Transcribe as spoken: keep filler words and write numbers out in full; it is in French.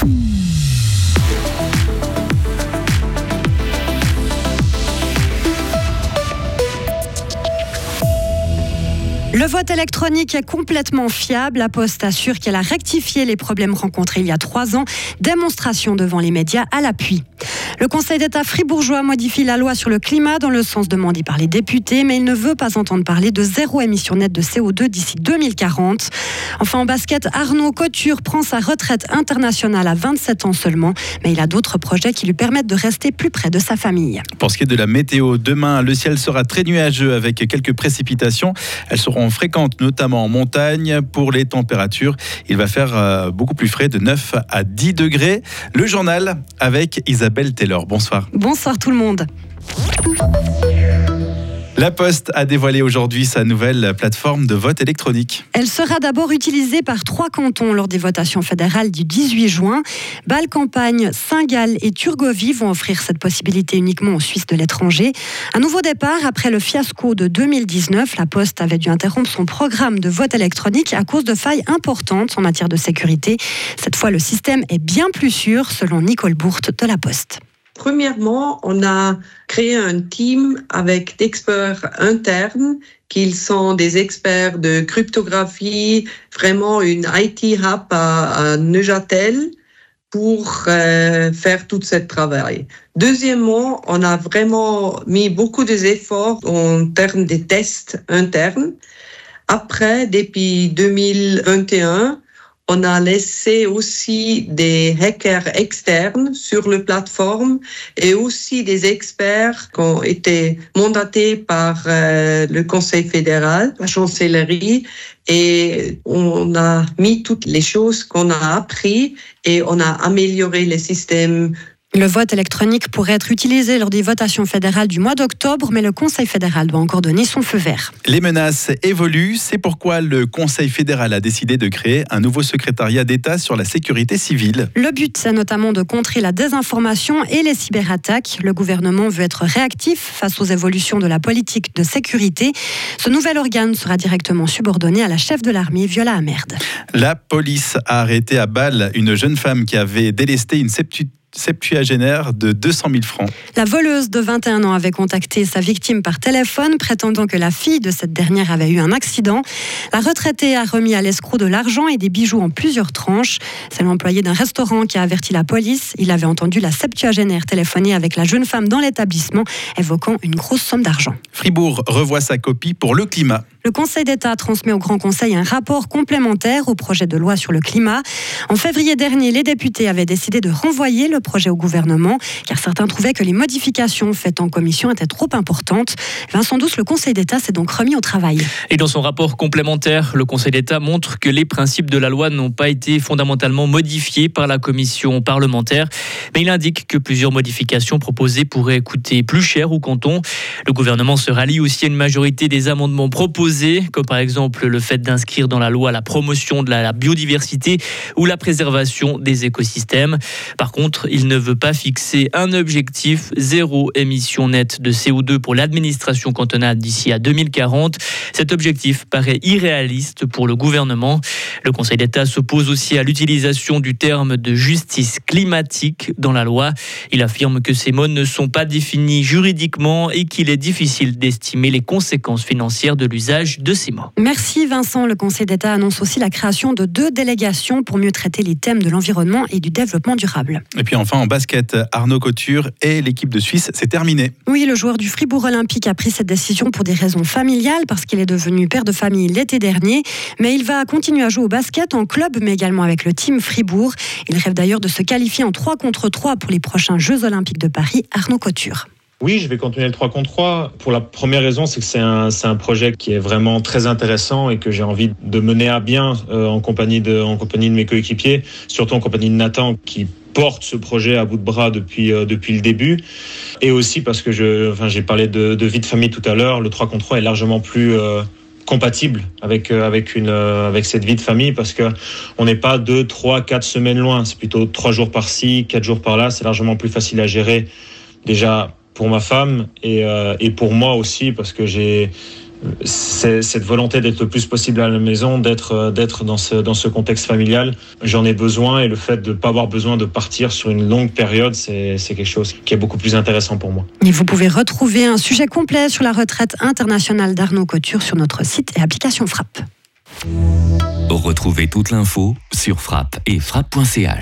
Le vote électronique est complètement fiable. La Poste assure qu'elle a rectifié les problèmes rencontrés il y a trois ans. Démonstration devant les médias à l'appui. Le Conseil d'État fribourgeois modifie la loi sur le climat dans le sens demandé par les députés, mais il ne veut pas entendre parler de zéro émission nette de C O deux d'ici deux mille quarante. Enfin, en basket, Arnaud Couture prend sa retraite internationale à vingt-sept ans seulement, mais il a d'autres projets qui lui permettent de rester plus près de sa famille. Pour ce qui est de la météo, demain, le ciel sera très nuageux avec quelques précipitations. Elles seront fréquentes, notamment en montagne. Pour les températures, il va faire beaucoup plus frais, de neuf à dix degrés. Le journal avec Isabelle Taylor. Bonsoir. Bonsoir tout le monde. La Poste a dévoilé aujourd'hui sa nouvelle plateforme de vote électronique. Elle sera d'abord utilisée par trois cantons lors des votations fédérales du dix-huit juin. Bâle Campagne, Saint-Gall et Turgovie vont offrir cette possibilité uniquement aux Suisses de l'étranger. Un nouveau départ après le fiasco de deux mille dix-neuf. La Poste avait dû interrompre son programme de vote électronique à cause de failles importantes en matière de sécurité. Cette fois, le système est bien plus sûr, selon Nicole Bourte de la Poste. Premièrement, on a créé un team avec d'experts internes qui sont des experts de cryptographie, vraiment une I T hub à, à Neuchâtel pour euh, faire tout ce travail. Deuxièmement, on a vraiment mis beaucoup d'efforts en termes des tests internes. Après, depuis deux mille vingt et un, on a laissé aussi des hackers externes sur la plateforme et aussi des experts qui ont été mandatés par euh, le Conseil fédéral, la chancellerie, et on a mis toutes les choses qu'on a appris et on a amélioré les systèmes. Le vote électronique pourrait être utilisé lors des votations fédérales du mois d'octobre, mais le Conseil fédéral doit encore donner son feu vert. Les menaces évoluent, c'est pourquoi le Conseil fédéral a décidé de créer un nouveau secrétariat d'État sur la sécurité civile. Le but, c'est notamment de contrer la désinformation et les cyberattaques. Le gouvernement veut être réactif face aux évolutions de la politique de sécurité. Ce nouvel organe sera directement subordonné à la chef de l'armée, Viola Amerd. La police a arrêté à Bâle une jeune femme qui avait délesté une septu... septuagénaire de deux cent mille francs. La voleuse de vingt et un ans avait contacté sa victime par téléphone, prétendant que la fille de cette dernière avait eu un accident. La retraitée a remis à l'escroc de l'argent et des bijoux en plusieurs tranches. C'est l'employé d'un restaurant qui a averti la police. Il avait entendu la septuagénaire téléphoner avec la jeune femme dans l'établissement, évoquant une grosse somme d'argent. Fribourg revoit sa copie pour le climat. Le Conseil d'État transmet au Grand Conseil un rapport complémentaire au projet de loi sur le climat. En février dernier, les députés avaient décidé de renvoyer le projet au gouvernement, car certains trouvaient que les modifications faites en commission étaient trop importantes. Vincent Douce, le Conseil d'État s'est donc remis au travail. Et dans son rapport complémentaire, le Conseil d'État montre que les principes de la loi n'ont pas été fondamentalement modifiés par la commission parlementaire, mais il indique que plusieurs modifications proposées pourraient coûter plus cher au canton. Le gouvernement se rallie aussi à une majorité des amendements proposés, comme par exemple le fait d'inscrire dans la loi la promotion de la biodiversité ou la préservation des écosystèmes. Par contre, il ne veut pas fixer un objectif zéro émission nette de C O deux pour l'administration cantonale d'ici à deux mille quarante. Cet objectif paraît irréaliste pour le gouvernement. Le Conseil d'État s'oppose aussi à l'utilisation du terme de justice climatique dans la loi. Il affirme que ces mots ne sont pas définis juridiquement et qu'il est difficile d'estimer les conséquences financières de l'usage de ces mots. Merci Vincent. Le Conseil d'État annonce aussi la création de deux délégations pour mieux traiter les thèmes de l'environnement et du développement durable. Et puis enfin en basket, Arnaud Couture et l'équipe de Suisse, c'est terminé. Oui, le joueur du Fribourg Olympique a pris cette décision pour des raisons familiales parce qu'il est devenu père de famille l'été dernier. Mais il va continuer à jouer au basket en club, mais également avec le team Fribourg. Il rêve d'ailleurs de se qualifier en trois contre trois pour les prochains Jeux Olympiques de Paris. Arnaud Couture. Oui, je vais continuer le trois contre trois. Pour la première raison, c'est que c'est un, c'est un projet qui est vraiment très intéressant et que j'ai envie de mener à bien euh, en compagnie de, en compagnie de mes coéquipiers, surtout en compagnie de Nathan qui porte ce projet à bout de bras depuis, euh, depuis le début. Et aussi parce que je, enfin, j'ai parlé de, de vie de famille tout à l'heure, le trois contre trois est largement plus euh, compatible avec, euh, avec, une, euh, avec cette vie de famille parce qu'on n'est pas deux, trois, quatre semaines loin. C'est plutôt trois jours par-ci, quatre jours par-là. C'est largement plus facile à gérer déjà pour ma femme et, euh, et pour moi aussi parce que j'ai c'est cette volonté d'être le plus possible à la maison, d'être d'être dans ce dans ce contexte familial. J'en ai besoin et le fait de ne pas avoir besoin de partir sur une longue période, c'est c'est quelque chose qui est beaucoup plus intéressant pour moi. Et vous pouvez retrouver un sujet complet sur la retraite internationale d'Arnaud Couture sur notre site et application Frappe. Retrouvez toute l'info sur frappe et frappe point c h.